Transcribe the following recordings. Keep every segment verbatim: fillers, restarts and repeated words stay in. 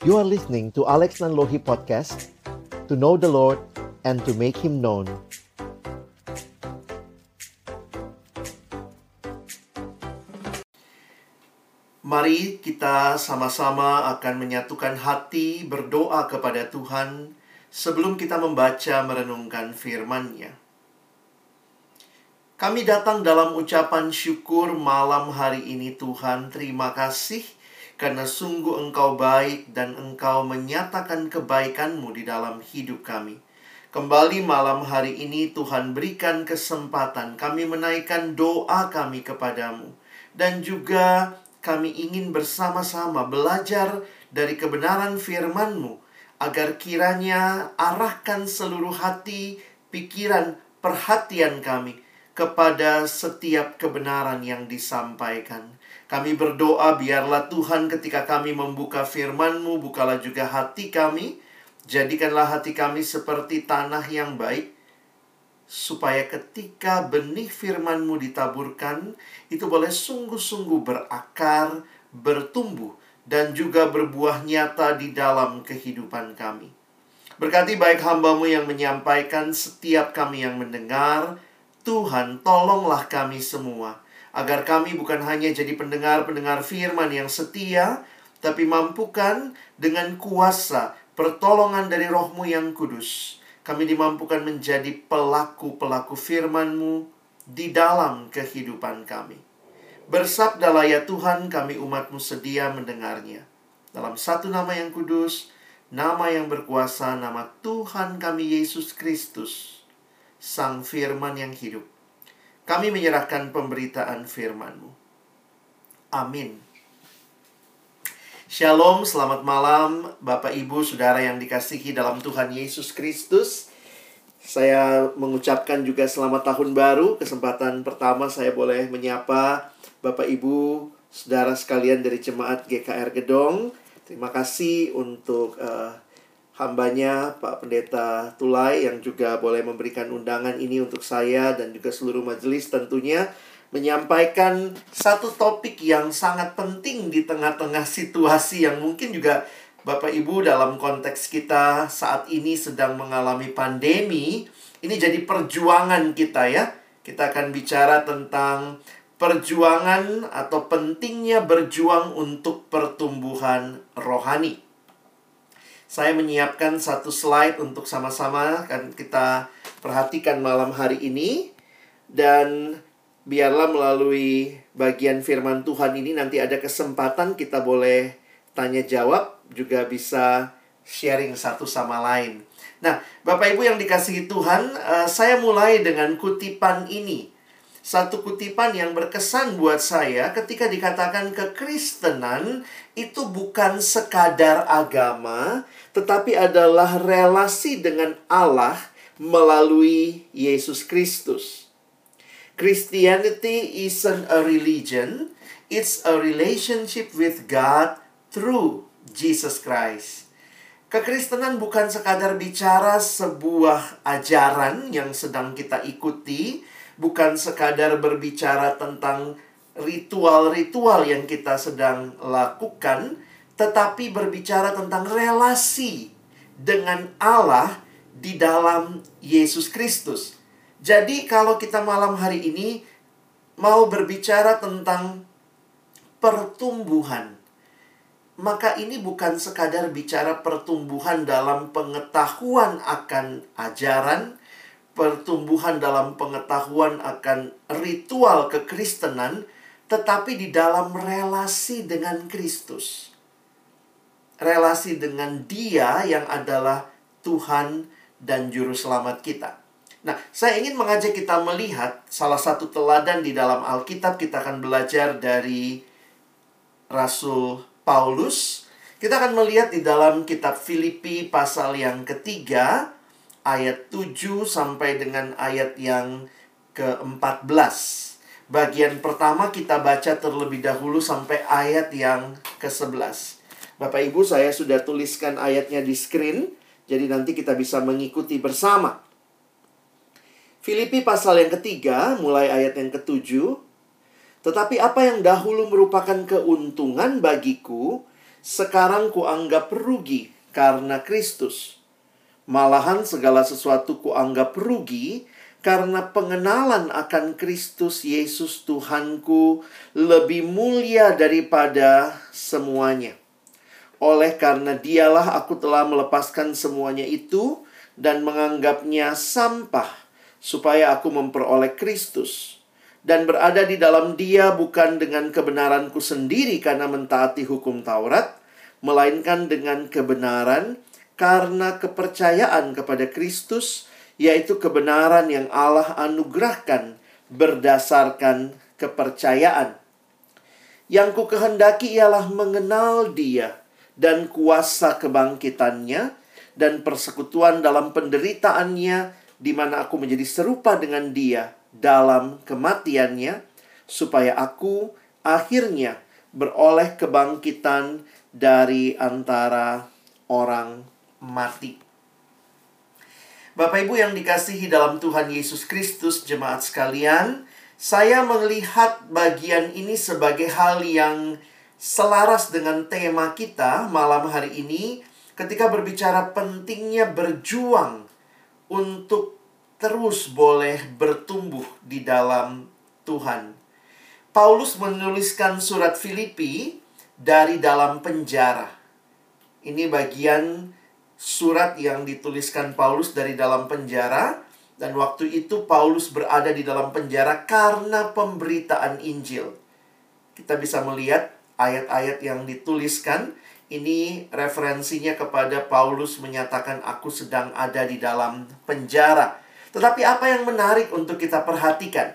You are listening to Alex Nanlohi Podcast, to know the Lord and to make Him known. Mari kita sama-sama akan menyatukan hati berdoa kepada Tuhan sebelum kita membaca merenungkan firman-Nya. Kami datang dalam ucapan syukur malam hari ini Tuhan. Terima kasih karena sungguh Engkau baik dan Engkau menyatakan kebaikan-Mu di dalam hidup kami. Kembali malam hari ini Tuhan berikan kesempatan kami menaikkan doa kami kepadamu. Dan juga kami ingin bersama-sama belajar dari kebenaran firman-Mu, agar kiranya arahkan seluruh hati, pikiran, perhatian kami kepada setiap kebenaran yang disampaikan. Kami berdoa biarlah Tuhan ketika kami membuka firman-Mu, bukalah juga hati kami. Jadikanlah hati kami seperti tanah yang baik, supaya ketika benih firman-Mu ditaburkan, itu boleh sungguh-sungguh berakar, bertumbuh, dan juga berbuah nyata di dalam kehidupan kami. Berkati baik hamba-Mu yang menyampaikan, setiap kami yang mendengar. Tuhan, tolonglah kami semua, agar kami bukan hanya jadi pendengar-pendengar firman yang setia, tapi mampukan dengan kuasa pertolongan dari Roh-Mu yang kudus, kami dimampukan menjadi pelaku-pelaku firman-Mu di dalam kehidupan kami. Bersabdalah ya Tuhan, kami umat-Mu sedia mendengarnya. Dalam satu nama yang kudus, nama yang berkuasa, nama Tuhan kami Yesus Kristus, Sang Firman yang hidup. Kami menyerahkan pemberitaan firman-Mu. Amin. Shalom, selamat malam Bapak Ibu Saudara yang dikasihi dalam Tuhan Yesus Kristus. Saya mengucapkan juga selamat tahun baru. Kesempatan pertama saya boleh menyapa Bapak Ibu Saudara sekalian dari Jemaat G K R Gedong. Terima kasih untuk uh, hambanya Pak Pendeta Tulai yang juga boleh memberikan undangan ini untuk saya dan juga seluruh majelis, tentunya menyampaikan satu topik yang sangat penting di tengah-tengah situasi yang mungkin juga Bapak Ibu dalam konteks kita saat ini sedang mengalami pandemi. Ini jadi perjuangan kita ya. Kita akan bicara tentang perjuangan atau pentingnya berjuang untuk pertumbuhan rohani. Saya menyiapkan satu slide untuk sama-sama kan kita perhatikan malam hari ini. Dan biarlah melalui bagian firman Tuhan ini nanti ada kesempatan kita boleh tanya jawab, juga bisa sharing satu sama lain. Nah, Bapak Ibu yang dikasihi Tuhan, uh, saya mulai dengan kutipan ini. Satu kutipan yang berkesan buat saya ketika dikatakan kekristenan itu bukan sekadar agama, tetapi adalah relasi dengan Allah melalui Yesus Kristus. Christianity isn't a religion, it's a relationship with God through Jesus Christ. Kekristenan bukan sekadar bicara sebuah ajaran yang sedang kita ikuti, bukan sekadar berbicara tentang ritual-ritual yang kita sedang lakukan, tetapi berbicara tentang relasi dengan Allah di dalam Yesus Kristus. Jadi kalau kita malam hari ini mau berbicara tentang pertumbuhan, maka ini bukan sekadar bicara pertumbuhan dalam pengetahuan akan ajaran, pertumbuhan dalam pengetahuan akan ritual kekristenan, tetapi di dalam relasi dengan Kristus. Relasi dengan Dia yang adalah Tuhan dan Juru Selamat kita. Nah, saya ingin mengajak kita melihat salah satu teladan di dalam Alkitab. Kita akan belajar dari Rasul Paulus. Kita akan melihat di dalam kitab Filipi pasal yang ketiga, ayat tujuh sampai dengan ayat yang keempat belas. Bagian pertama kita baca terlebih dahulu sampai ayat yang kesebelas. Bapak Ibu, saya sudah tuliskan ayatnya di screen, jadi nanti kita bisa mengikuti bersama. Filipi pasal yang ketiga, mulai ayat yang ketujuh. Tetapi apa yang dahulu merupakan keuntungan bagiku, sekarang kuanggap rugi karena Kristus. Malahan segala sesuatu kuanggap rugi karena pengenalan akan Kristus Yesus Tuhanku lebih mulia daripada semuanya. Oleh karena dialah aku telah melepaskan semuanya itu dan menganggapnya sampah, supaya aku memperoleh Kristus dan berada di dalam Dia bukan dengan kebenaranku sendiri karena mentaati hukum Taurat, melainkan dengan kebenaran karena kepercayaan kepada Kristus, yaitu kebenaran yang Allah anugerahkan berdasarkan kepercayaan. Yang ku kehendaki ialah mengenal Dia dan kuasa kebangkitannya dan persekutuan dalam penderitaannya, di mana aku menjadi serupa dengan Dia dalam kematiannya, supaya aku akhirnya beroleh kebangkitan dari antara orang mati. Bapak Ibu yang dikasihi dalam Tuhan Yesus Kristus, jemaat sekalian, saya melihat bagian ini sebagai hal yang selaras dengan tema kita malam hari ini ketika berbicara pentingnya berjuang untuk terus boleh bertumbuh di dalam Tuhan. Paulus menuliskan surat Filipi dari dalam penjara. Ini bagian surat yang dituliskan Paulus dari dalam penjara, dan waktu itu Paulus berada di dalam penjara karena pemberitaan Injil. Kita bisa melihat ayat-ayat yang dituliskan. Ini referensinya kepada Paulus menyatakan aku sedang ada di dalam penjara. Tetapi apa yang menarik untuk kita perhatikan?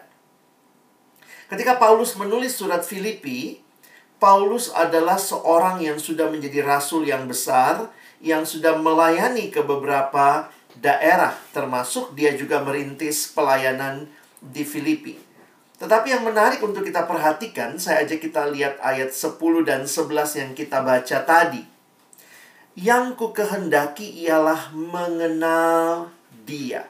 Ketika Paulus menulis surat Filipi, Paulus adalah seorang yang sudah menjadi rasul yang besar, yang sudah melayani ke beberapa daerah, termasuk dia juga merintis pelayanan di Filipi. Tetapi yang menarik untuk kita perhatikan, saya ajak kita lihat ayat sepuluh dan sebelas yang kita baca tadi. Yang ku kehendaki ialah mengenal Dia.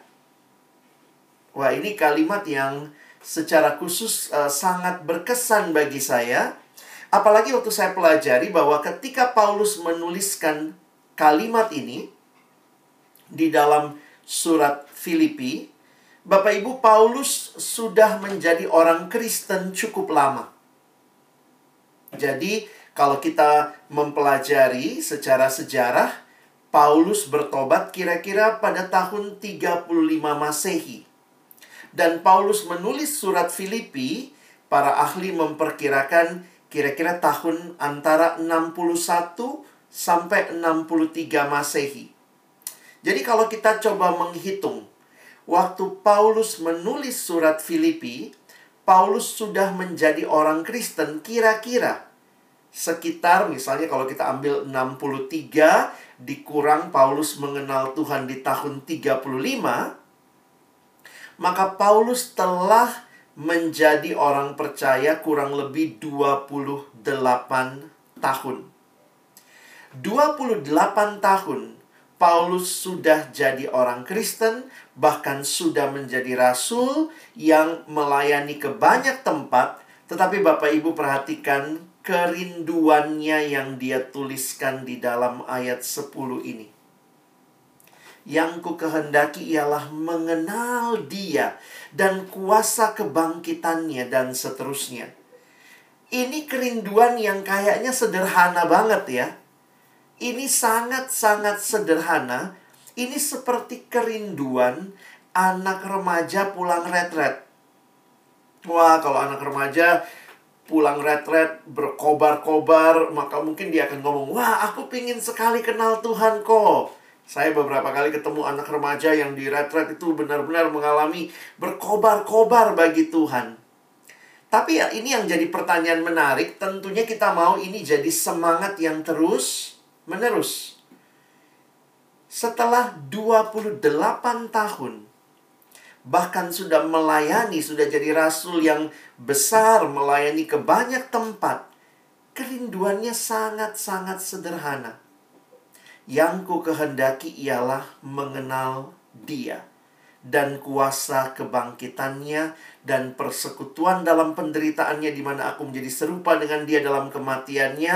Wah, ini kalimat yang secara khusus uh, sangat berkesan bagi saya. Apalagi waktu saya pelajari bahwa ketika Paulus menuliskan kalimat ini di dalam surat Filipi, Bapak Ibu, Paulus sudah menjadi orang Kristen cukup lama. Jadi, kalau kita mempelajari secara sejarah, Paulus bertobat kira-kira pada tahun tiga puluh lima Masehi. Dan Paulus menulis surat Filipi, para ahli memperkirakan kira-kira tahun antara enam puluh satu sampai enam puluh tiga Masehi. Jadi kalau kita coba menghitung, waktu Paulus menulis surat Filipi, Paulus sudah menjadi orang Kristen kira-kira sekitar, misalnya kalau kita ambil enam puluh tiga, dikurang Paulus mengenal Tuhan di tahun tiga puluh lima, maka Paulus telah menjadi orang percaya kurang lebih dua puluh delapan tahun. dua puluh delapan tahun Paulus sudah jadi orang Kristen, bahkan sudah menjadi rasul yang melayani ke banyak tempat. Tetapi Bapak Ibu perhatikan kerinduannya yang dia tuliskan di dalam ayat sepuluh ini. Yang ku kehendaki ialah mengenal Dia dan kuasa kebangkitannya dan seterusnya. Ini kerinduan yang kayaknya sederhana banget ya. Ini sangat-sangat sederhana. Ini seperti kerinduan anak remaja pulang retret. Wah, kalau anak remaja pulang retret berkobar-kobar, maka mungkin dia akan ngomong, wah, aku pingin sekali kenal Tuhan kok. Saya beberapa kali ketemu anak remaja yang di retret itu benar-benar mengalami berkobar-kobar bagi Tuhan. Tapi ya, ini yang jadi pertanyaan menarik. Tentunya kita mau ini jadi semangat yang terus menerus. Setelah dua puluh delapan tahun, bahkan sudah melayani, sudah jadi rasul yang besar, melayani ke banyak tempat, kerinduannya sangat-sangat sederhana. Yang ku kehendaki ialah mengenal Dia dan kuasa kebangkitannya dan persekutuan dalam penderitaannya, di mana aku menjadi serupa dengan Dia dalam kematiannya,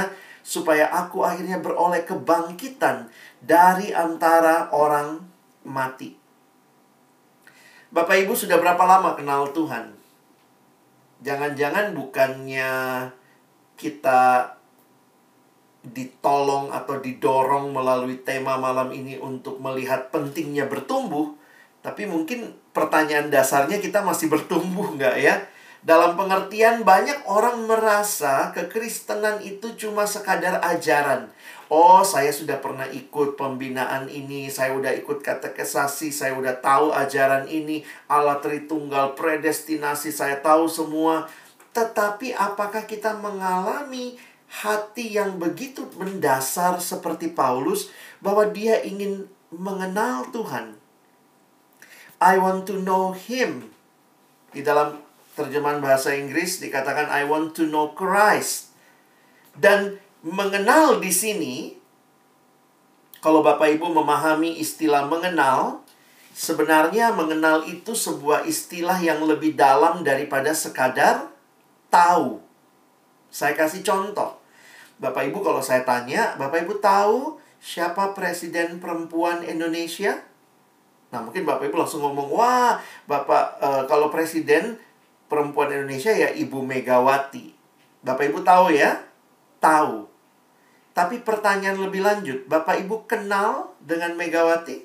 supaya aku akhirnya beroleh kebangkitan dari antara orang mati. Bapak Ibu sudah berapa lama kenal Tuhan? Jangan-jangan bukannya kita ditolong atau didorong melalui tema malam ini untuk melihat pentingnya bertumbuh, tapi mungkin pertanyaan dasarnya kita masih bertumbuh nggak ya? Dalam pengertian banyak orang merasa kekristenan itu cuma sekadar ajaran. Oh, saya sudah pernah ikut pembinaan ini, saya udah ikut katekesasi, saya udah tahu ajaran ini, Allah Tritunggal, predestinasi, saya tahu semua. Tetapi apakah kita mengalami hati yang begitu mendasar seperti Paulus, bahwa dia ingin mengenal Tuhan? I want to know Him. Di dalam terjemahan bahasa Inggris dikatakan I want to know Christ. Dan mengenal di sini, kalau Bapak Ibu memahami istilah mengenal, sebenarnya mengenal itu sebuah istilah yang lebih dalam daripada sekadar tahu. Saya kasih contoh. Bapak Ibu kalau saya tanya, Bapak Ibu tahu siapa presiden perempuan Indonesia? Nah, mungkin Bapak Ibu langsung ngomong, wah, Bapak e, kalau presiden perempuan Indonesia ya Ibu Megawati. Bapak Ibu tahu ya? Tahu. Tapi pertanyaan lebih lanjut, Bapak Ibu kenal dengan Megawati?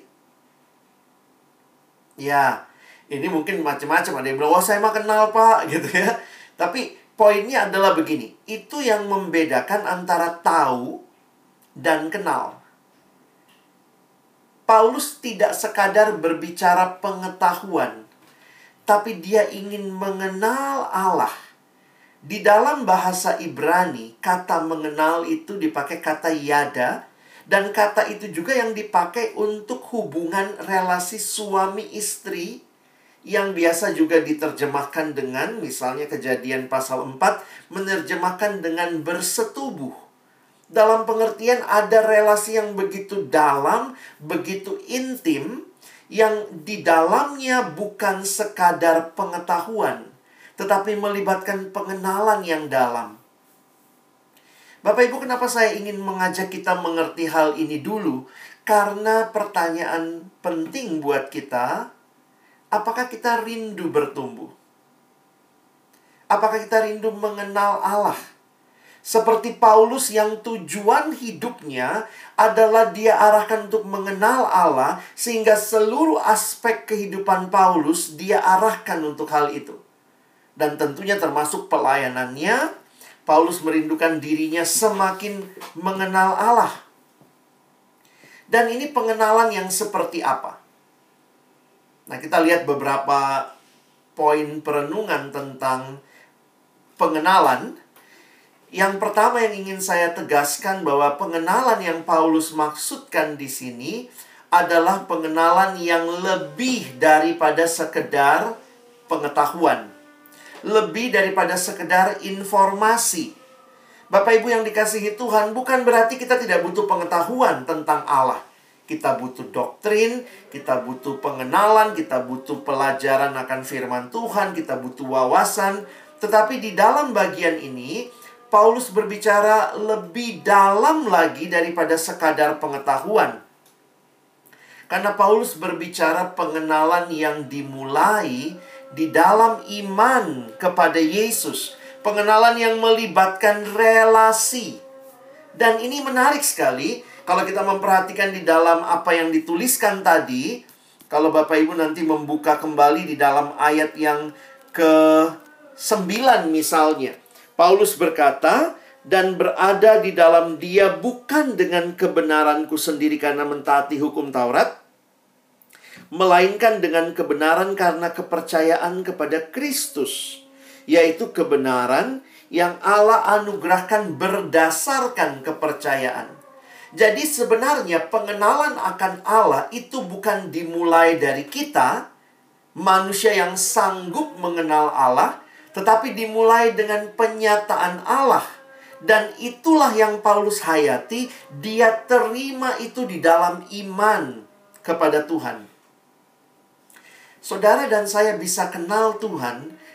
Ya, ini mungkin macam-macam. Ada yang bilang, wah saya mah kenal Pak, gitu ya. Tapi poinnya adalah begini, itu yang membedakan antara tahu dan kenal. Paulus tidak sekadar berbicara pengetahuan, tapi dia ingin mengenal Allah. Di dalam bahasa Ibrani, kata mengenal itu dipakai kata yada, dan kata itu juga yang dipakai untuk hubungan relasi suami istri, yang biasa juga diterjemahkan dengan, misalnya Kejadian pasal empat, menerjemahkan dengan bersetubuh. Dalam pengertian ada relasi yang begitu dalam, begitu intim, yang di dalamnya bukan sekadar pengetahuan, tetapi melibatkan pengenalan yang dalam. Bapak Ibu, kenapa saya ingin mengajak kita mengerti hal ini dulu? Karena pertanyaan penting buat kita, apakah kita rindu bertumbuh? Apakah kita rindu mengenal Allah? Seperti Paulus yang tujuan hidupnya adalah dia arahkan untuk mengenal Allah, sehingga seluruh aspek kehidupan Paulus dia arahkan untuk hal itu. Dan tentunya termasuk pelayanannya, Paulus merindukan dirinya semakin mengenal Allah. Dan ini pengenalan yang seperti apa? Nah, kita lihat beberapa poin perenungan tentang pengenalan. Yang pertama yang ingin saya tegaskan bahwa pengenalan yang Paulus maksudkan di sini adalah pengenalan yang lebih daripada sekedar pengetahuan. Lebih daripada sekedar informasi. Bapak Ibu yang dikasihi Tuhan, bukan berarti kita tidak butuh pengetahuan tentang Allah. Kita butuh doktrin, kita butuh pengenalan, kita butuh pelajaran akan firman Tuhan, kita butuh wawasan. Tetapi di dalam bagian ini, Paulus berbicara lebih dalam lagi daripada sekadar pengetahuan. Karena Paulus berbicara pengenalan yang dimulai di dalam iman kepada Yesus. Pengenalan yang melibatkan relasi. Dan ini menarik sekali. Kalau kita memperhatikan di dalam apa yang dituliskan tadi, kalau Bapak Ibu nanti membuka kembali di dalam ayat yang ke sembilan misalnya. Paulus berkata, dan berada di dalam dia bukan dengan kebenaranku sendiri karena mentaati hukum Taurat, melainkan dengan kebenaran karena kepercayaan kepada Kristus, yaitu kebenaran yang Allah anugerahkan berdasarkan kepercayaan. Jadi sebenarnya pengenalan akan Allah itu bukan dimulai dari kita, manusia yang sanggup mengenal Allah, tetapi dimulai dengan penyataan Allah. Dan itulah yang Paulus hayati. Dia terima itu di dalam iman kepada Tuhan. Saudara dan saya bisa kenal Tuhan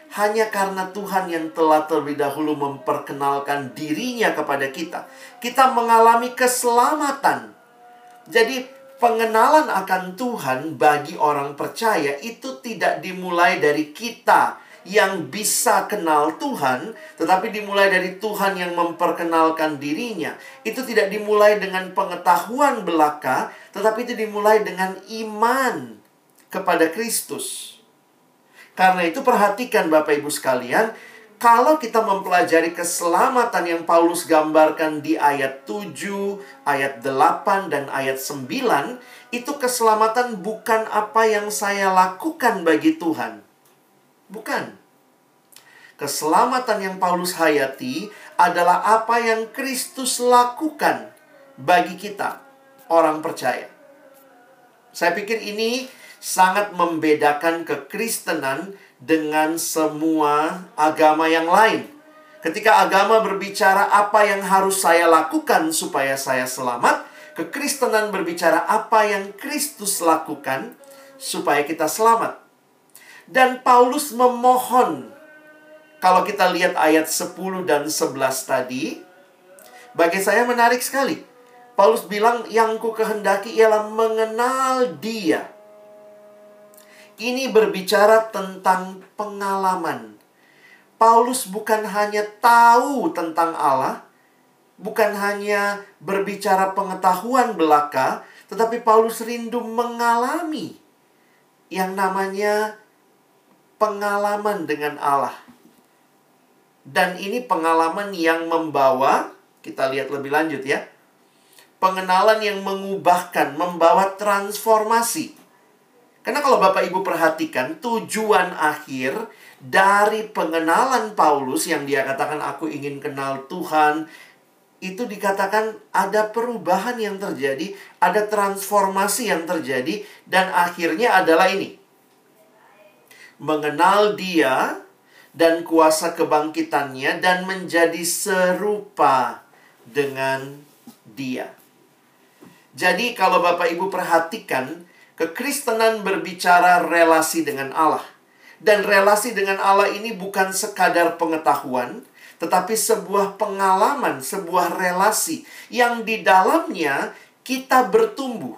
hanya karena Tuhan yang telah terlebih dahulu memperkenalkan dirinya kepada kita, kita mengalami keselamatan. Jadi pengenalan akan Tuhan bagi orang percaya itu tidak dimulai dari kita yang bisa kenal Tuhan, tetapi dimulai dari Tuhan yang memperkenalkan dirinya. Itu tidak dimulai dengan pengetahuan belaka, tetapi itu dimulai dengan iman kepada Kristus. Karena itu perhatikan Bapak Ibu sekalian, kalau kita mempelajari keselamatan yang Paulus gambarkan di ayat tujuh, ayat delapan, dan ayat sembilan, itu keselamatan bukan apa yang saya lakukan bagi Tuhan. Bukan. Keselamatan yang Paulus hayati adalah apa yang Kristus lakukan bagi kita, orang percaya. Saya pikir ini sangat membedakan kekristenan dengan semua agama yang lain. Ketika agama berbicara apa yang harus saya lakukan supaya saya selamat, kekristenan berbicara apa yang Kristus lakukan supaya kita selamat. Dan Paulus memohon, kalau kita lihat ayat sepuluh dan sebelas tadi, bagi saya menarik sekali. Paulus bilang, yang ku kehendaki ialah mengenal Dia. Ini berbicara tentang pengalaman. Paulus bukan hanya tahu tentang Allah, bukan hanya berbicara pengetahuan belaka, tetapi Paulus rindu mengalami yang namanya pengalaman dengan Allah. Dan ini pengalaman yang membawa, kita lihat lebih lanjut ya, pengenalan yang mengubahkan, membawa transformasi. Karena kalau Bapak Ibu perhatikan, tujuan akhir dari pengenalan Paulus yang dia katakan, aku ingin kenal Tuhan, itu dikatakan ada perubahan yang terjadi, ada transformasi yang terjadi, dan akhirnya adalah ini. Mengenal Dia dan kuasa kebangkitannya dan menjadi serupa dengan Dia. Jadi kalau Bapak Ibu perhatikan, kekristenan berbicara relasi dengan Allah. Dan relasi dengan Allah ini bukan sekadar pengetahuan, tetapi sebuah pengalaman, sebuah relasi yang di dalamnya kita bertumbuh,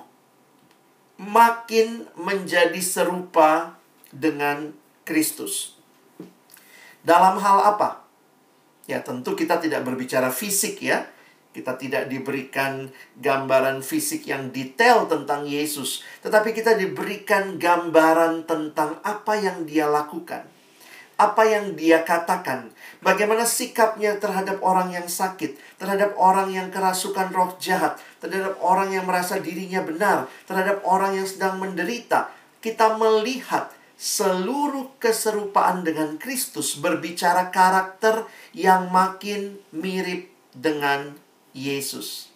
makin menjadi serupa dengan Kristus. Dalam hal apa? Ya, tentu kita tidak berbicara fisik ya. Kita tidak diberikan gambaran fisik yang detail tentang Yesus, tetapi kita diberikan gambaran tentang apa yang Dia lakukan, apa yang Dia katakan, bagaimana sikapnya terhadap orang yang sakit, terhadap orang yang kerasukan roh jahat, terhadap orang yang merasa dirinya benar, terhadap orang yang sedang menderita. Kita melihat seluruh keserupaan dengan Kristus, berbicara karakter yang makin mirip dengan Yesus.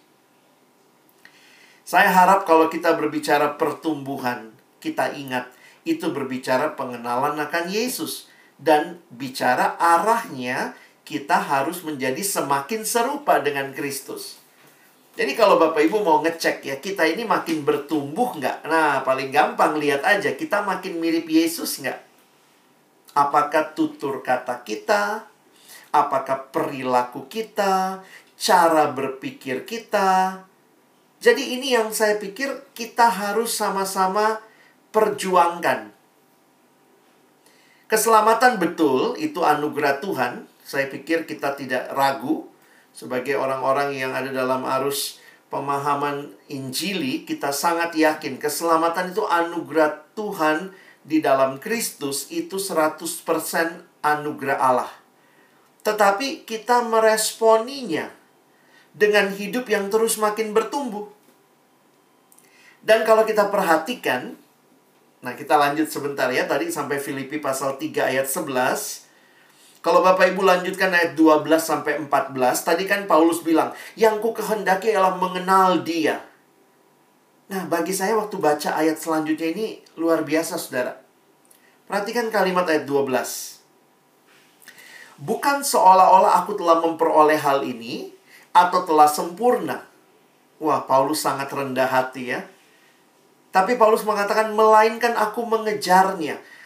Saya harap kalau kita berbicara pertumbuhan, kita ingat itu berbicara pengenalan akan Yesus. Dan bicara arahnya, kita harus menjadi semakin serupa dengan Kristus. Jadi kalau Bapak Ibu mau ngecek ya, kita ini makin bertumbuh nggak? Nah, paling gampang lihat aja, kita makin mirip Yesus nggak? Apakah tutur kata kita? Apakah perilaku kita? Cara berpikir kita? Jadi ini yang saya pikir kita harus sama-sama perjuangkan. Keselamatan betul, itu anugerah Tuhan. Saya pikir kita tidak ragu. Sebagai orang-orang yang ada dalam arus pemahaman Injili, kita sangat yakin keselamatan itu anugerah Tuhan di dalam Kristus, itu seratus persen anugerah Allah. Tetapi kita meresponinya dengan hidup yang terus makin bertumbuh. Dan kalau kita perhatikan, nah kita lanjut sebentar ya, tadi sampai Filipi pasal tiga ayat sebelas. Kalau Bapak Ibu lanjutkan ayat dua belas sampai empat belas, tadi kan Paulus bilang, yang ku kehendaki ialah mengenal Dia. Nah, bagi saya waktu baca ayat selanjutnya ini luar biasa, saudara. Perhatikan kalimat ayat dua belas. Bukan seolah-olah aku telah memperoleh hal ini, atau telah sempurna. Wah, Paulus sangat rendah hati ya. Tapi Paulus mengatakan, melainkan aku mengejarnya.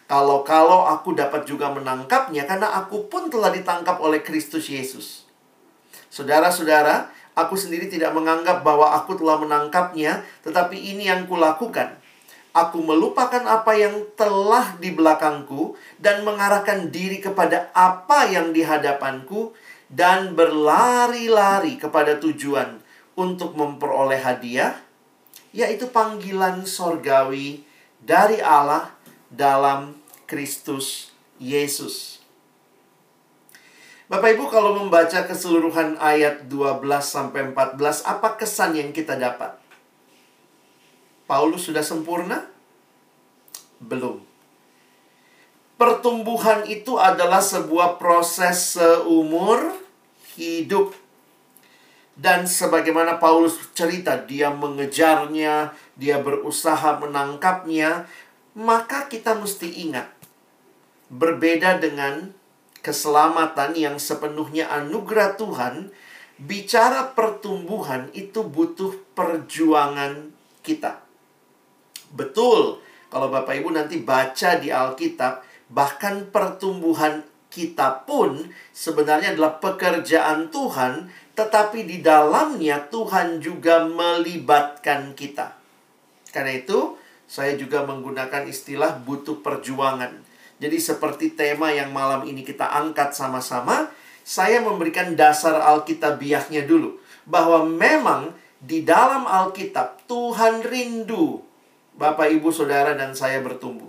Kalau-kalau aku dapat juga menangkapnya, karena aku pun telah ditangkap oleh Kristus Yesus. Saudara-saudara, aku sendiri tidak menganggap bahwa aku telah menangkapnya, tetapi ini yang kulakukan. Aku melupakan apa yang telah di belakangku dan mengarahkan diri kepada apa yang di hadapanku dan berlari-lari kepada tujuan untuk memperoleh hadiah, yaitu panggilan sorgawi dari Allah dalam Kristus Yesus. Bapak Ibu, kalau membaca keseluruhan ayat dua belas sampai empat belas, apa kesan yang kita dapat? Paulus sudah sempurna? Belum. Pertumbuhan itu adalah sebuah proses seumur hidup. Dan sebagaimana Paulus cerita, dia mengejarnya, dia berusaha menangkapnya, maka kita mesti ingat, berbeda dengan keselamatan yang sepenuhnya anugerah Tuhan, bicara pertumbuhan itu butuh perjuangan kita. Betul, kalau Bapak Ibu nanti baca di Alkitab, bahkan pertumbuhan kita pun sebenarnya adalah pekerjaan Tuhan, tetapi di dalamnya Tuhan juga melibatkan kita. Karena itu, saya juga menggunakan istilah butuh perjuangan. Jadi seperti tema yang malam ini kita angkat sama-sama, saya memberikan dasar Alkitabiahnya dulu. Bahwa memang di dalam Alkitab, Tuhan rindu Bapak, Ibu, Saudara, dan saya bertumbuh.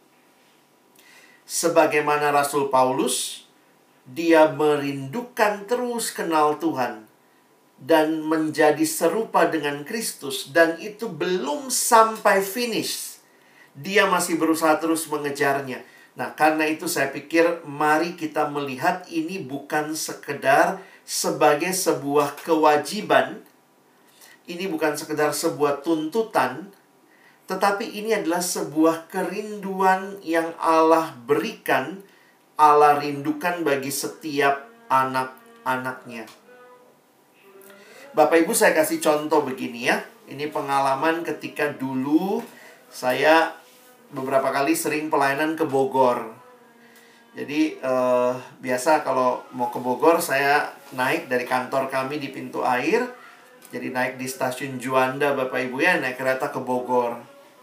Sebagaimana Rasul Paulus, dia merindukan terus kenal Tuhan dan menjadi serupa dengan Kristus, dan itu belum sampai finish. Dia masih berusaha terus mengejarnya. Nah, karena itu saya pikir mari kita melihat ini bukan sekedar sebagai sebuah kewajiban, ini bukan sekedar sebuah tuntutan, tetapi ini adalah sebuah kerinduan yang Allah berikan, Allah rindukan bagi setiap anak-anaknya. Bapak Ibu, saya kasih contoh begini ya. Ini pengalaman ketika dulu saya beberapa kali sering pelayanan ke Bogor. Jadi eh, biasa kalau mau ke Bogor, saya naik dari kantor kami di Pintu Air. Jadi naik di stasiun Juanda, Bapak Ibu ya, naik kereta ke Bogor.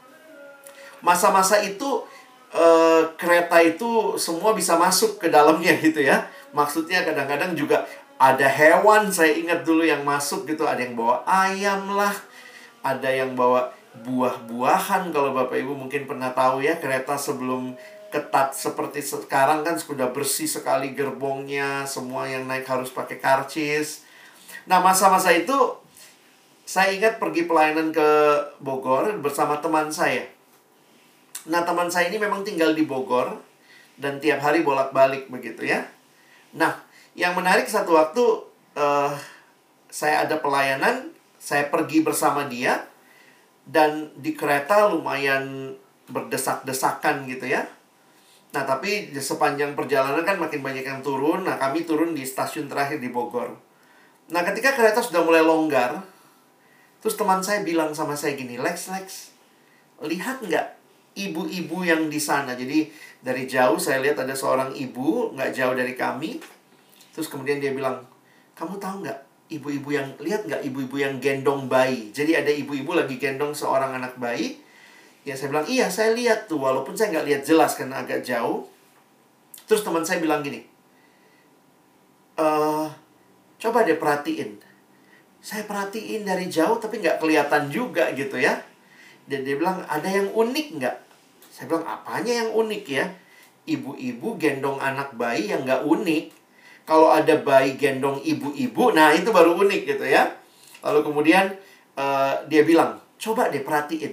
Masa-masa itu eh, kereta itu semua bisa masuk ke dalamnya gitu ya. Maksudnya kadang-kadang juga ada hewan, saya ingat dulu yang masuk gitu. Ada yang bawa ayam lah, ada yang bawa buah-buahan. Kalau Bapak Ibu mungkin pernah tahu ya, kereta sebelum ketat seperti sekarang kan sudah bersih sekali gerbongnya, semua yang naik harus pakai karcis. Nah, masa-masa itu saya ingat pergi pelayanan ke Bogor bersama teman saya. Nah, teman saya ini memang tinggal di Bogor dan tiap hari bolak-balik begitu ya. Nah, yang menarik satu waktu uh, saya ada pelayanan, saya pergi bersama dia. Dan di kereta lumayan berdesak-desakan gitu ya. Nah, tapi sepanjang perjalanan kan makin banyak yang turun. Nah, kami turun di stasiun terakhir di Bogor. Nah, ketika kereta sudah mulai longgar, terus teman saya bilang sama saya gini, Lex, Lex, lihat nggak ibu-ibu yang di sana? Jadi dari jauh saya lihat ada seorang ibu, nggak jauh dari kami. Terus kemudian dia bilang, kamu tahu nggak? Ibu-ibu yang, lihat nggak ibu-ibu yang gendong bayi? Jadi ada ibu-ibu lagi gendong seorang anak bayi. Ya saya bilang, iya saya lihat tuh. Walaupun saya nggak lihat jelas karena agak jauh. Terus teman saya bilang gini, e, coba deh perhatiin. Saya perhatiin dari jauh tapi nggak kelihatan juga gitu ya. Dan dia bilang, ada yang unik nggak? Saya bilang, apanya yang unik ya? Ibu-ibu gendong anak bayi yang nggak unik. Kalau ada bayi gendong ibu-ibu, nah itu baru unik gitu ya. Lalu kemudian uh, dia bilang, coba deh perhatiin.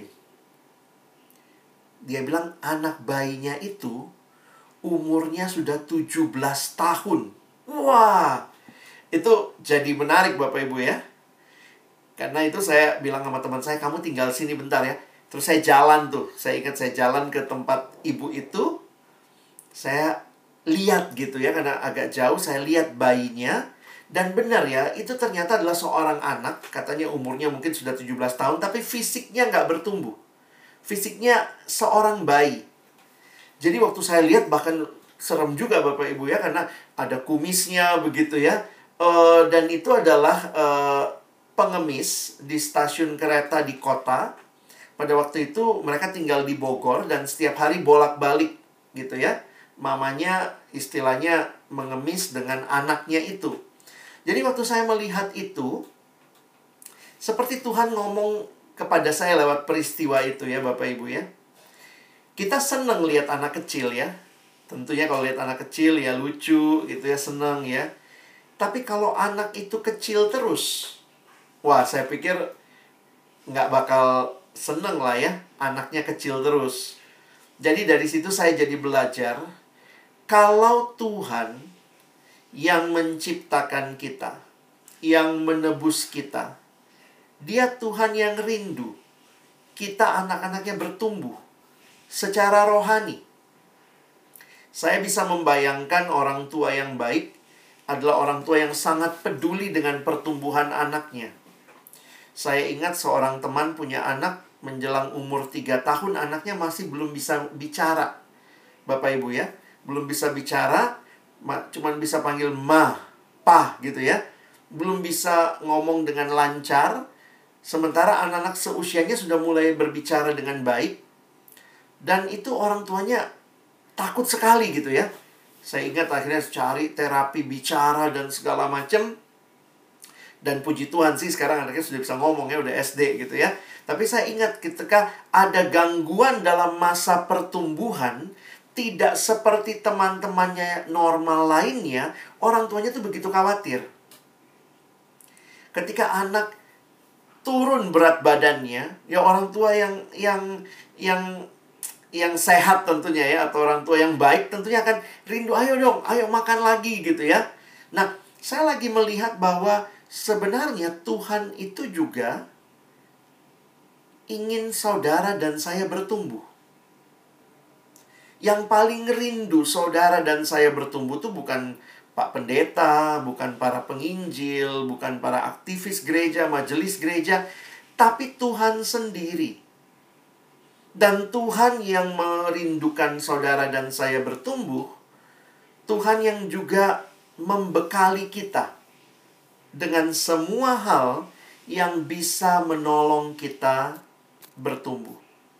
Dia bilang anak bayinya itu umurnya sudah tujuh belas tahun. Wah, itu jadi menarik Bapak Ibu ya. Karena itu saya bilang sama teman saya, kamu tinggal sini bentar ya. Terus saya jalan tuh, saya ingat saya jalan ke tempat ibu itu. Saya lihat gitu ya, karena agak jauh saya lihat bayinya. Dan benar ya, itu ternyata adalah seorang anak. Katanya umurnya mungkin sudah tujuh belas tahun, tapi fisiknya nggak bertumbuh. Fisiknya seorang bayi. Jadi waktu saya lihat bahkan serem juga Bapak Ibu ya, karena ada kumisnya begitu ya. Uh, dan itu adalah uh, pengemis di stasiun kereta di kota. Pada waktu itu mereka tinggal di Bogor dan setiap hari bolak-balik gitu ya. Mamanya istilahnya mengemis dengan anaknya itu. Jadi waktu saya melihat itu, seperti Tuhan ngomong kepada saya lewat peristiwa itu ya Bapak Ibu ya. Kita senang lihat anak kecil ya. Tentunya kalau lihat anak kecil ya lucu gitu ya, senang ya. Tapi kalau anak itu kecil terus, wah saya pikir nggak bakal seneng lah ya, anaknya kecil terus. Jadi dari situ saya jadi belajar, kalau Tuhan yang menciptakan kita, yang menebus kita, Dia Tuhan yang rindu kita anak-anaknya bertumbuh secara rohani. Saya bisa membayangkan orang tua yang baik adalah orang tua yang sangat peduli dengan pertumbuhan anaknya. Saya ingat seorang teman punya anak menjelang umur tiga tahun, anaknya masih belum bisa bicara. Bapak Ibu ya, belum bisa bicara, cuman bisa panggil ma, pa gitu ya. Belum bisa ngomong dengan lancar. Sementara anak-anak seusianya sudah mulai berbicara dengan baik. Dan itu orang tuanya takut sekali gitu ya. Saya ingat akhirnya cari terapi bicara dan segala macam. Dan puji Tuhan sih sekarang anaknya sudah bisa ngomong ya, udah S D gitu ya. Tapi saya ingat ketika ada gangguan dalam masa pertumbuhan, tidak seperti teman-temannya normal lainnya, orang tuanya tuh begitu khawatir. Ketika anak turun berat badannya, ya orang tua yang yang yang yang sehat tentunya ya, atau orang tua yang baik tentunya akan rindu, ayo dong, ayo makan lagi gitu ya. Nah, saya lagi melihat bahwa sebenarnya Tuhan itu juga ingin saudara dan saya bertumbuh. Yang paling rindu saudara dan saya bertumbuh itu bukan Pak Pendeta, bukan para penginjil, bukan para aktivis gereja, majelis gereja, tapi Tuhan sendiri. Dan Tuhan yang merindukan saudara dan saya bertumbuh, Tuhan yang juga membekali kita dengan semua hal yang bisa menolong kita bertumbuh.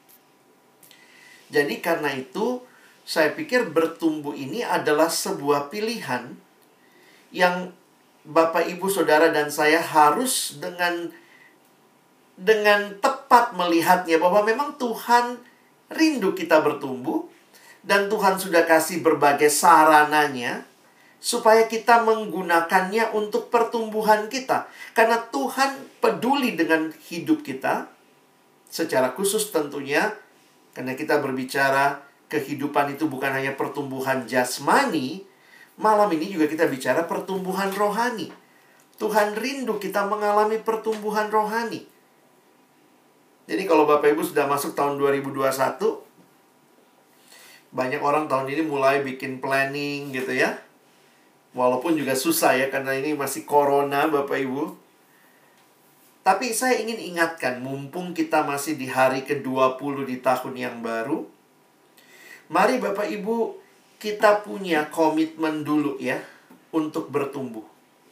Jadi karena itu, saya pikir bertumbuh ini adalah sebuah pilihan yang Bapak, Ibu, Saudara, dan saya harus dengan dengan tepat melihatnya bahwa memang Tuhan rindu kita bertumbuh dan Tuhan sudah kasih berbagai sarananya supaya kita menggunakannya untuk pertumbuhan kita. Karena Tuhan peduli dengan hidup kita secara khusus tentunya, karena kita berbicara kehidupan itu bukan hanya pertumbuhan jasmani, malam ini juga kita bicara pertumbuhan rohani. Tuhan rindu kita mengalami pertumbuhan rohani. Jadi kalau Bapak Ibu sudah masuk tahun dua ribu dua puluh satu, banyak orang tahun ini mulai bikin planning gitu ya. Walaupun juga susah ya, karena ini masih corona Bapak Ibu. Tapi saya ingin ingatkan, mumpung kita masih di hari ke dua puluh di tahun yang baru, mari Bapak Ibu kita punya komitmen dulu ya untuk bertumbuh.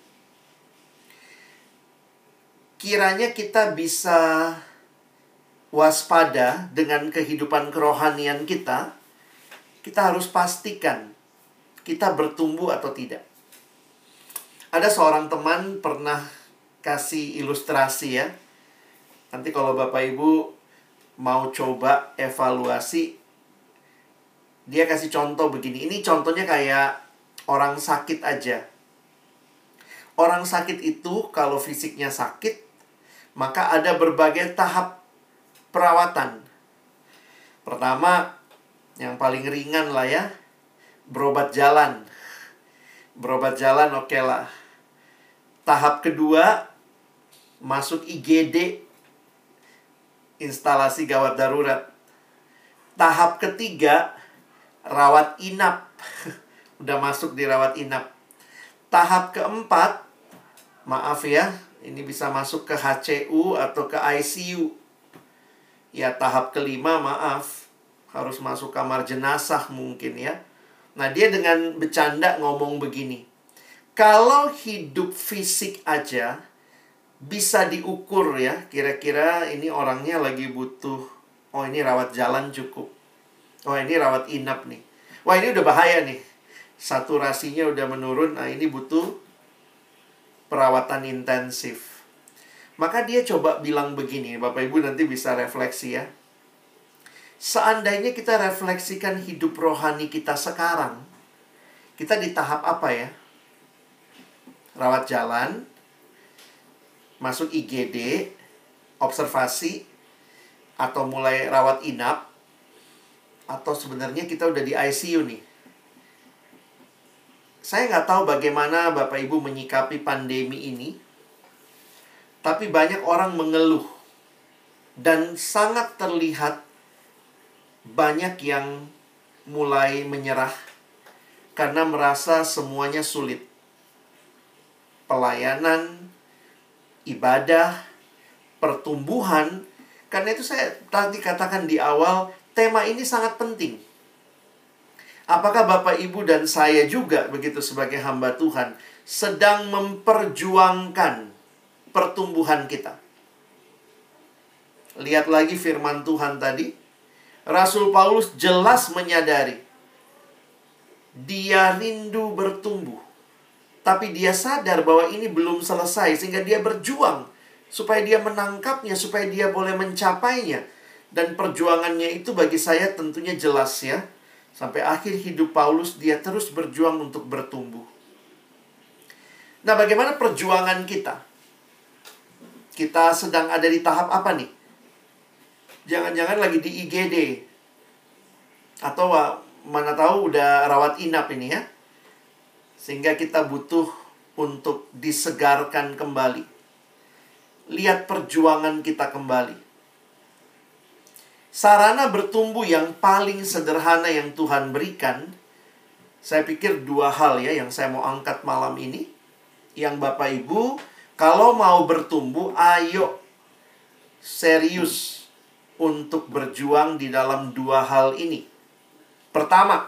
Kiranya kita bisa waspada dengan kehidupan kerohanian kita. Kita harus pastikan kita bertumbuh atau tidak. Ada seorang teman pernah kasih ilustrasi ya. Nanti kalau Bapak Ibu mau coba evaluasi, dia kasih contoh begini. Ini contohnya kayak orang sakit aja. Orang sakit itu kalau fisiknya sakit, maka ada berbagai tahap perawatan. Pertama, yang paling ringan lah ya, berobat jalan. Berobat jalan oke okay lah. Tahap kedua, masuk I G D, instalasi gawat darurat. Tahap ketiga, rawat inap. Udah masuk di rawat inap. Tahap keempat, maaf ya, ini bisa masuk ke H C U atau ke I C U. Ya, tahap kelima, maaf, harus masuk kamar jenazah mungkin ya. Nah, dia dengan bercanda ngomong begini. Kalau hidup fisik aja bisa diukur ya, kira-kira ini orangnya lagi butuh, oh ini rawat jalan cukup. Oh ini rawat inap nih. Wah ini udah bahaya nih. Saturasinya udah menurun, nah ini butuh perawatan intensif. Maka dia coba bilang begini, Bapak Ibu nanti bisa refleksi ya. Seandainya kita refleksikan hidup rohani kita sekarang, kita di tahap apa ya? Rawat jalan, masuk I G D, observasi, atau mulai rawat inap, atau sebenarnya kita udah di I C U nih. Saya nggak tahu bagaimana Bapak Ibu menyikapi pandemi ini, tapi banyak orang mengeluh, dan sangat terlihat banyak yang mulai menyerah karena merasa semuanya sulit. Pelayanan, ibadah, pertumbuhan. Karena itu saya tadi katakan di awal, tema ini sangat penting. Apakah Bapak Ibu dan saya juga begitu sebagai hamba Tuhan sedang memperjuangkan pertumbuhan kita? Lihat lagi firman Tuhan tadi. Rasul Paulus jelas menyadari dia rindu bertumbuh, tapi dia sadar bahwa ini belum selesai, sehingga dia berjuang supaya dia menangkapnya, supaya dia boleh mencapainya. Dan perjuangannya itu bagi saya tentunya jelas ya. Sampai akhir hidup Paulus dia terus berjuang untuk bertumbuh. Nah, bagaimana perjuangan kita? Kita sedang ada di tahap apa nih? Jangan-jangan lagi di I G D. Atau mana tahu udah rawat inap ini ya. Sehingga kita butuh untuk disegarkan kembali. Lihat perjuangan kita kembali. Sarana bertumbuh yang paling sederhana yang Tuhan berikan, saya pikir dua hal ya yang saya mau angkat malam ini. Yang Bapak Ibu, kalau mau bertumbuh, ayo serius untuk berjuang di dalam dua hal ini. Pertama,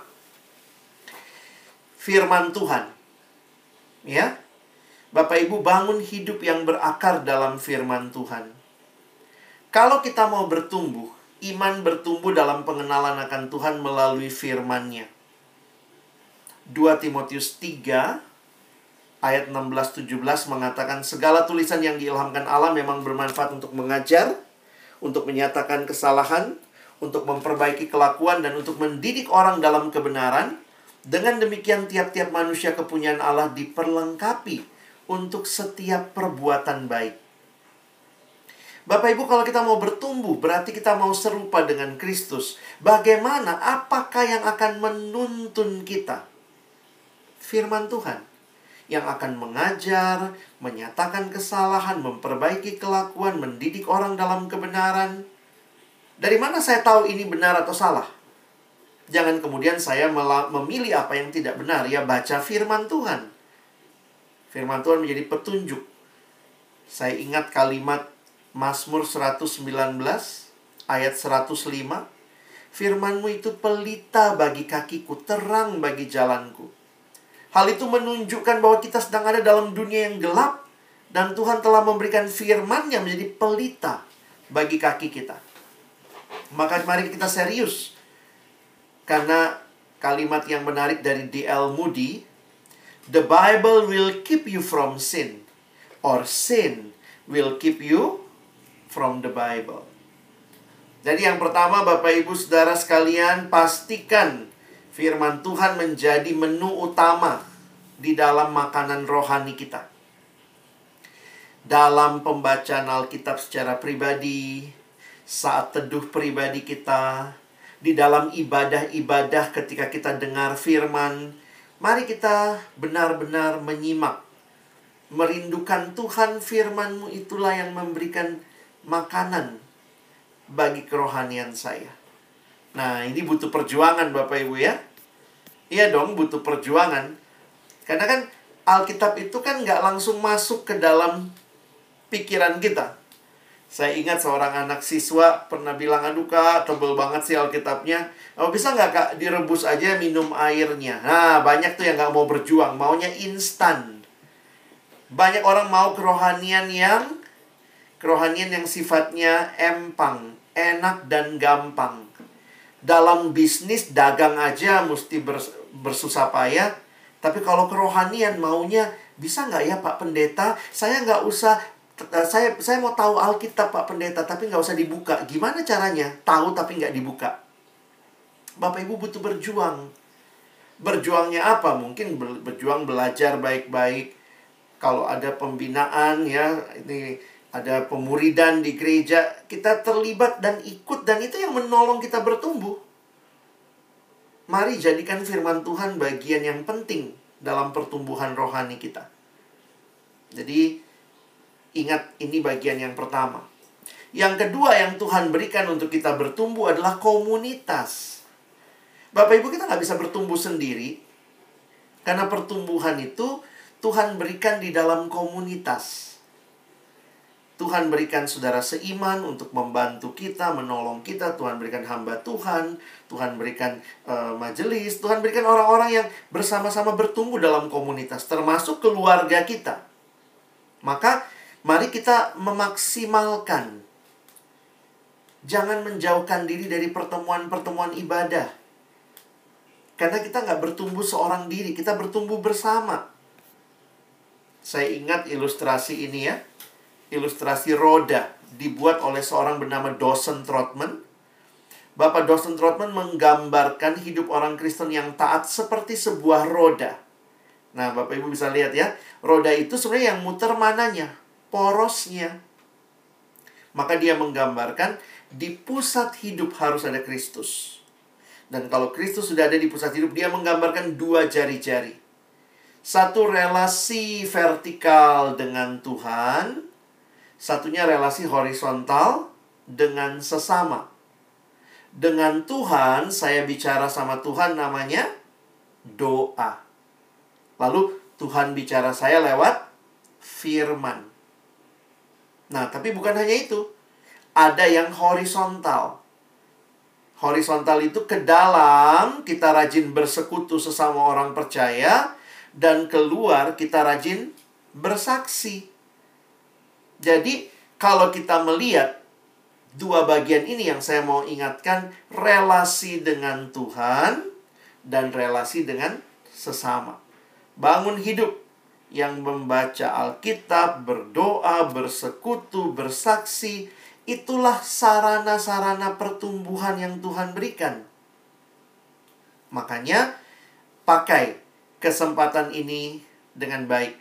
firman Tuhan. Ya, Bapak Ibu bangun hidup yang berakar dalam firman Tuhan. Kalau kita mau bertumbuh, iman bertumbuh dalam pengenalan akan Tuhan melalui firman-Nya. dua Timotius tiga ayat enam belas tujuh belas mengatakan, segala tulisan yang diilhamkan Allah memang bermanfaat untuk mengajar, untuk menyatakan kesalahan, untuk memperbaiki kelakuan, dan untuk mendidik orang dalam kebenaran. Dengan demikian tiap-tiap manusia kepunyaan Allah diperlengkapi untuk setiap perbuatan baik. Bapak Ibu, kalau kita mau bertumbuh, berarti kita mau serupa dengan Kristus. Bagaimana? Apakah yang akan menuntun kita? Firman Tuhan yang akan mengajar, menyatakan kesalahan, memperbaiki kelakuan, mendidik orang dalam kebenaran. Dari mana saya tahu ini benar atau salah? Jangan kemudian saya memilih apa yang tidak benar. Ya, baca firman Tuhan. Firman Tuhan menjadi petunjuk. Saya ingat kalimat Mazmur seratus sembilan belas ayat seratus lima. Firman-Mu itu pelita bagi kakiku, terang bagi jalanku. Hal itu menunjukkan bahwa kita sedang ada dalam dunia yang gelap, dan Tuhan telah memberikan firman-Nya menjadi pelita bagi kaki kita. Maka mari kita serius. Karena kalimat yang menarik dari D L Moody, the Bible will keep you from sin, or sin will keep you from the Bible. Jadi yang pertama, Bapak Ibu Saudara sekalian, pastikan firman Tuhan menjadi menu utama di dalam makanan rohani kita. Dalam pembacaan Alkitab secara pribadi, saat teduh pribadi kita, di dalam ibadah-ibadah ketika kita dengar firman, mari kita benar-benar menyimak. Merindukan Tuhan, firman-Mu itulah yang memberikan makanan bagi kerohanian saya. Nah, ini butuh perjuangan Bapak Ibu ya. Iya dong, butuh perjuangan. Karena kan Alkitab itu kan nggak langsung masuk ke dalam pikiran kita. Saya ingat seorang anak siswa pernah bilang, aduh kak, tebel banget sih Alkitabnya. Oh, bisa nggak kak direbus aja minum airnya? Nah, banyak tuh yang nggak mau berjuang, maunya instan. Banyak orang mau kerohanian yang kerohanian yang sifatnya empang, enak dan gampang. Dalam bisnis, dagang aja mesti bers- bersusah payah. Tapi kalau kerohanian maunya, bisa nggak ya Pak Pendeta, saya nggak usah, saya saya mau tahu Alkitab Pak Pendeta, tapi nggak usah dibuka. Gimana caranya? Tahu tapi nggak dibuka. Bapak Ibu butuh berjuang. Berjuangnya apa? Mungkin berjuang belajar baik-baik. Kalau ada pembinaan ya, ini ada pemuridan di gereja, kita terlibat dan ikut, dan itu yang menolong kita bertumbuh. Mari jadikan firman Tuhan bagian yang penting dalam pertumbuhan rohani kita. Jadi, ingat, ini bagian yang pertama. Yang kedua yang Tuhan berikan untuk kita bertumbuh adalah komunitas. Bapak Ibu, kita nggak bisa bertumbuh sendiri. Karena pertumbuhan itu Tuhan berikan di dalam komunitas. Tuhan berikan saudara seiman untuk membantu kita, menolong kita. Tuhan berikan hamba Tuhan. Tuhan berikan uh, majelis. Tuhan berikan orang-orang yang bersama-sama bertumbuh dalam komunitas, termasuk keluarga kita. Maka, mari kita memaksimalkan. Jangan menjauhkan diri dari pertemuan-pertemuan ibadah. Karena kita nggak bertumbuh seorang diri, kita bertumbuh bersama. Saya ingat ilustrasi ini ya. Ilustrasi roda dibuat oleh seorang bernama Dawson Trotman. Bapak Dawson Trotman menggambarkan hidup orang Kristen yang taat seperti sebuah roda. Nah, Bapak Ibu bisa lihat ya. Roda itu sebenarnya yang muter mananya? Porosnya. Maka dia menggambarkan di pusat hidup harus ada Kristus. Dan kalau Kristus sudah ada di pusat hidup, dia menggambarkan dua jari-jari. Satu relasi vertikal dengan Tuhan, satunya relasi horizontal dengan sesama. Dengan Tuhan, saya bicara sama Tuhan namanya doa. Lalu Tuhan bicara saya lewat firman. Nah, tapi bukan hanya itu. Ada yang horizontal. Horizontal itu ke dalam, kita rajin bersekutu sesama orang percaya, dan keluar kita rajin bersaksi. Jadi, kalau kita melihat dua bagian ini yang saya mau ingatkan, relasi dengan Tuhan dan relasi dengan sesama. Bangun hidup yang membaca Alkitab, berdoa, bersekutu, bersaksi, itulah sarana-sarana pertumbuhan yang Tuhan berikan. Makanya, pakai kesempatan ini dengan baik.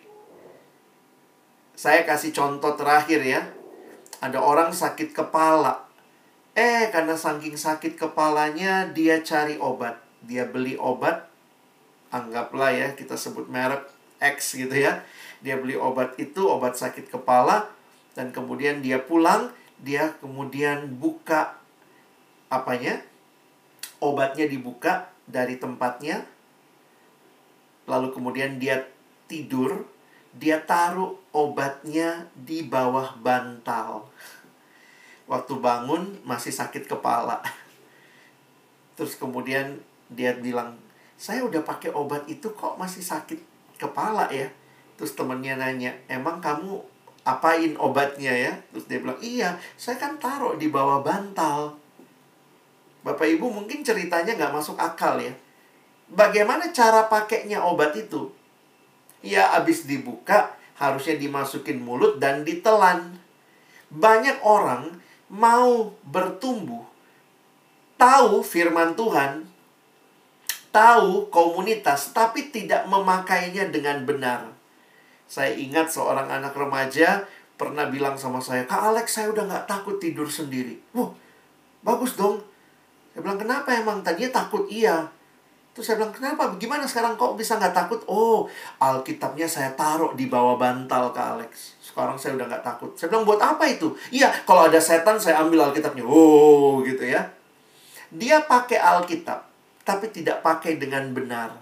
Saya kasih contoh terakhir ya. Ada orang sakit kepala. Eh, karena saking sakit kepalanya, dia cari obat. Dia beli obat. Anggaplah ya, kita sebut merek X gitu ya. Dia beli obat itu, obat sakit kepala. Dan kemudian dia pulang. Dia kemudian buka apanya? Obatnya dibuka dari tempatnya. Lalu kemudian dia tidur. Dia taruh obatnya di bawah bantal. Waktu bangun masih sakit kepala. Terus kemudian dia bilang, saya udah pakai obat itu kok masih sakit kepala ya? Terus temennya nanya, emang kamu apain obatnya ya? Terus dia bilang, iya, saya kan taruh di bawah bantal. Bapak Ibu mungkin ceritanya nggak masuk akal ya. Bagaimana cara pakainya obat itu? Ya, abis dibuka, harusnya dimasukin mulut dan ditelan. Banyak orang mau bertumbuh, tahu firman Tuhan, tahu komunitas, tapi tidak memakainya dengan benar. Saya ingat seorang anak remaja pernah bilang sama saya, Kak Alex, saya udah gak takut tidur sendiri. Wah, bagus dong. Saya bilang, kenapa emang? Tadinya takut, iya. Terus saya bilang, kenapa? Gimana sekarang kok bisa gak takut? Oh, Alkitabnya saya taruh di bawah bantal, Kak Alex. Sekarang saya udah gak takut. Saya bilang, buat apa itu? Iya, kalau ada setan saya ambil Alkitabnya. Oh, gitu ya. Dia pakai Alkitab, tapi tidak pakai dengan benar.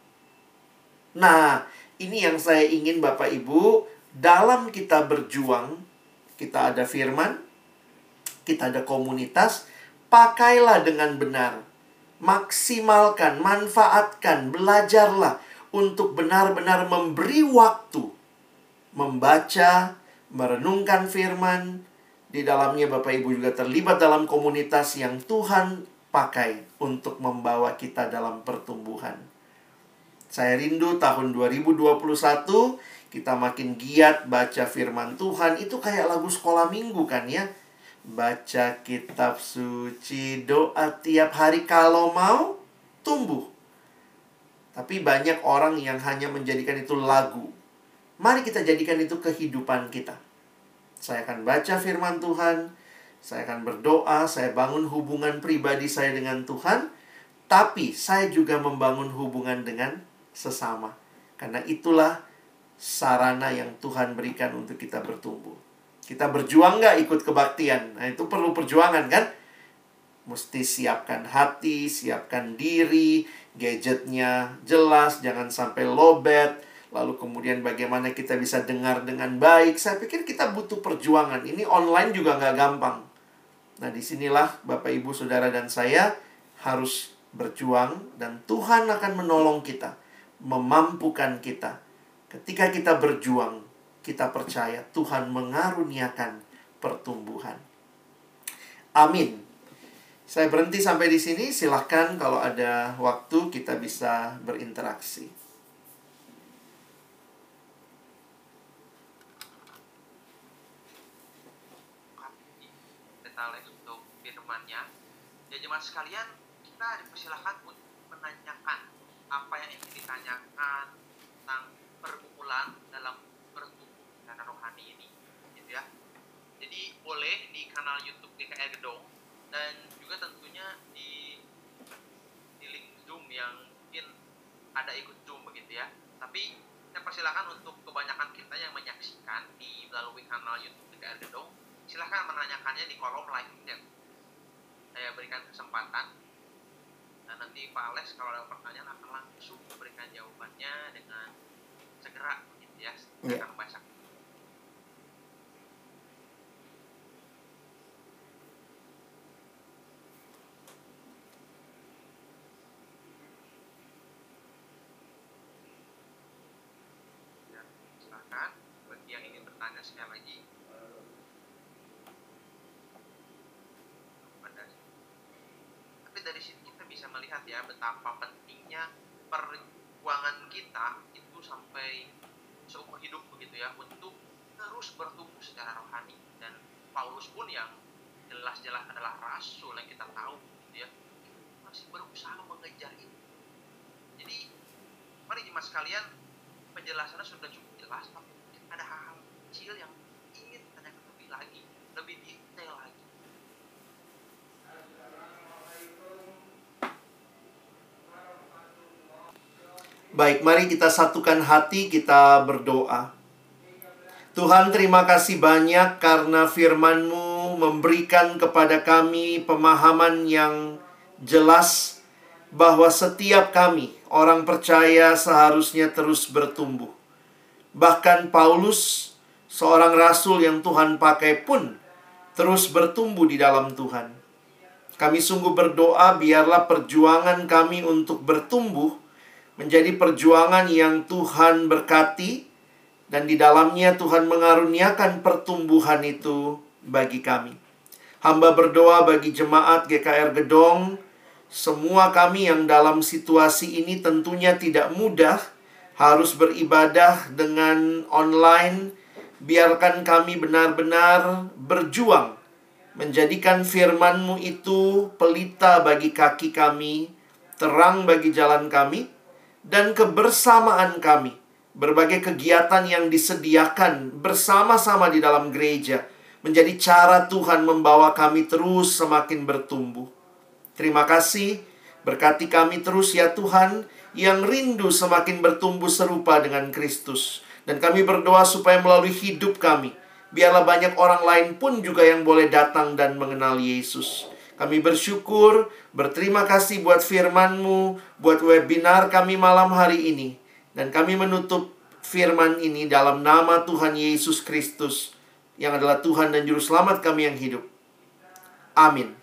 Nah, ini yang saya ingin Bapak Ibu, dalam kita berjuang, kita ada firman, Kita ada komunitas, pakailah dengan benar. Maksimalkan, manfaatkan, belajarlah untuk benar-benar memberi waktu membaca, merenungkan firman. Di dalamnya Bapak Ibu juga terlibat dalam komunitas yang Tuhan pakai untuk membawa kita dalam pertumbuhan. Saya rindu tahun dua ribu dua puluh satu kita makin giat baca firman Tuhan. Itu kayak lagu sekolah minggu kan ya. Baca kitab suci, doa tiap hari kalau mau tumbuh. Tapi banyak orang yang hanya menjadikan itu lagu. Mari kita jadikan itu kehidupan kita. Saya akan baca firman Tuhan, saya akan berdoa, saya bangun hubungan pribadi saya dengan Tuhan, tapi saya juga membangun hubungan dengan sesama. Karena itulah sarana yang Tuhan berikan untuk kita bertumbuh. Kita berjuang nggak ikut kebaktian? Nah, itu perlu perjuangan kan? Mesti siapkan hati, siapkan diri, gadgetnya jelas, jangan sampai lowbat. Lalu kemudian bagaimana kita bisa dengar dengan baik. Saya pikir kita butuh perjuangan. Ini online juga nggak gampang. Nah, disinilah Bapak, Ibu, Saudara, dan saya harus berjuang. Dan Tuhan akan menolong kita, memampukan kita. Ketika kita berjuang, kita percaya Tuhan mengaruniakan pertumbuhan. Amin. Saya berhenti sampai di sini. Silahkan kalau ada waktu kita bisa berinteraksi. Untuk firman-Nya. Ya jemaat sekalian, kita dipersilahkan untuk menanyakan apa yang ingin ditanyakan tentang pergumulan dalam bertumbuh secara rohani ini, gitu ya. Jadi boleh di kanal YouTube G K R Gedong dan juga tentunya di di link Zoom yang mungkin ada ikut Zoom begitu ya. Tapi saya persilakan untuk kebanyakan kita yang menyaksikan di melalui kanal YouTube G K R Gedong, silahkan menanyakannya di kolom live chat. Saya berikan kesempatan. Dan nanti Pak Alex kalau ada pertanyaan akan langsung memberikan jawabannya dengan segera gitu ya. Saya akan baca. Ya, silakan bagi yang ingin bertanya sekali lagi. Dari sini kita bisa melihat ya betapa pentingnya perjuangan kita itu sampai seumur hidup begitu ya untuk terus bertumbuh secara rohani. Dan Paulus pun yang jelas-jelas adalah rasul yang kita tahu gitu ya, masih berusaha mengejar itu. Jadi mari jemaat sekalian, penjelasannya sudah cukup jelas, tapi ada hal-hal kecil yang ingin ditanyakan lebih lagi, lebih detail lagi. Baik, mari kita satukan hati, kita berdoa. Tuhan, terima kasih banyak karena firman-Mu memberikan kepada kami pemahaman yang jelas bahwa setiap kami, orang percaya, seharusnya terus bertumbuh. Bahkan Paulus, seorang rasul yang Tuhan pakai pun terus bertumbuh di dalam Tuhan. Kami sungguh berdoa biarlah perjuangan kami untuk bertumbuh menjadi perjuangan yang Tuhan berkati, dan di dalamnya Tuhan mengaruniakan pertumbuhan itu bagi kami. Hamba berdoa bagi jemaat G K R Gedong, semua kami yang dalam situasi ini tentunya tidak mudah, harus beribadah dengan online. Biarkan kami benar-benar berjuang, menjadikan firman-Mu itu pelita bagi kaki kami, terang bagi jalan kami, dan kebersamaan kami, berbagai kegiatan yang disediakan bersama-sama di dalam gereja, menjadi cara Tuhan membawa kami terus semakin bertumbuh. Terima kasih, berkati kami terus ya Tuhan, yang rindu semakin bertumbuh serupa dengan Kristus. Dan kami berdoa supaya melalui hidup kami, biarlah banyak orang lain pun juga yang boleh datang dan mengenal Yesus. Kami bersyukur, berterima kasih buat firman-Mu, buat webinar kami malam hari ini. Dan kami menutup firman ini dalam nama Tuhan Yesus Kristus, yang adalah Tuhan dan Juru Selamat kami yang hidup. Amin.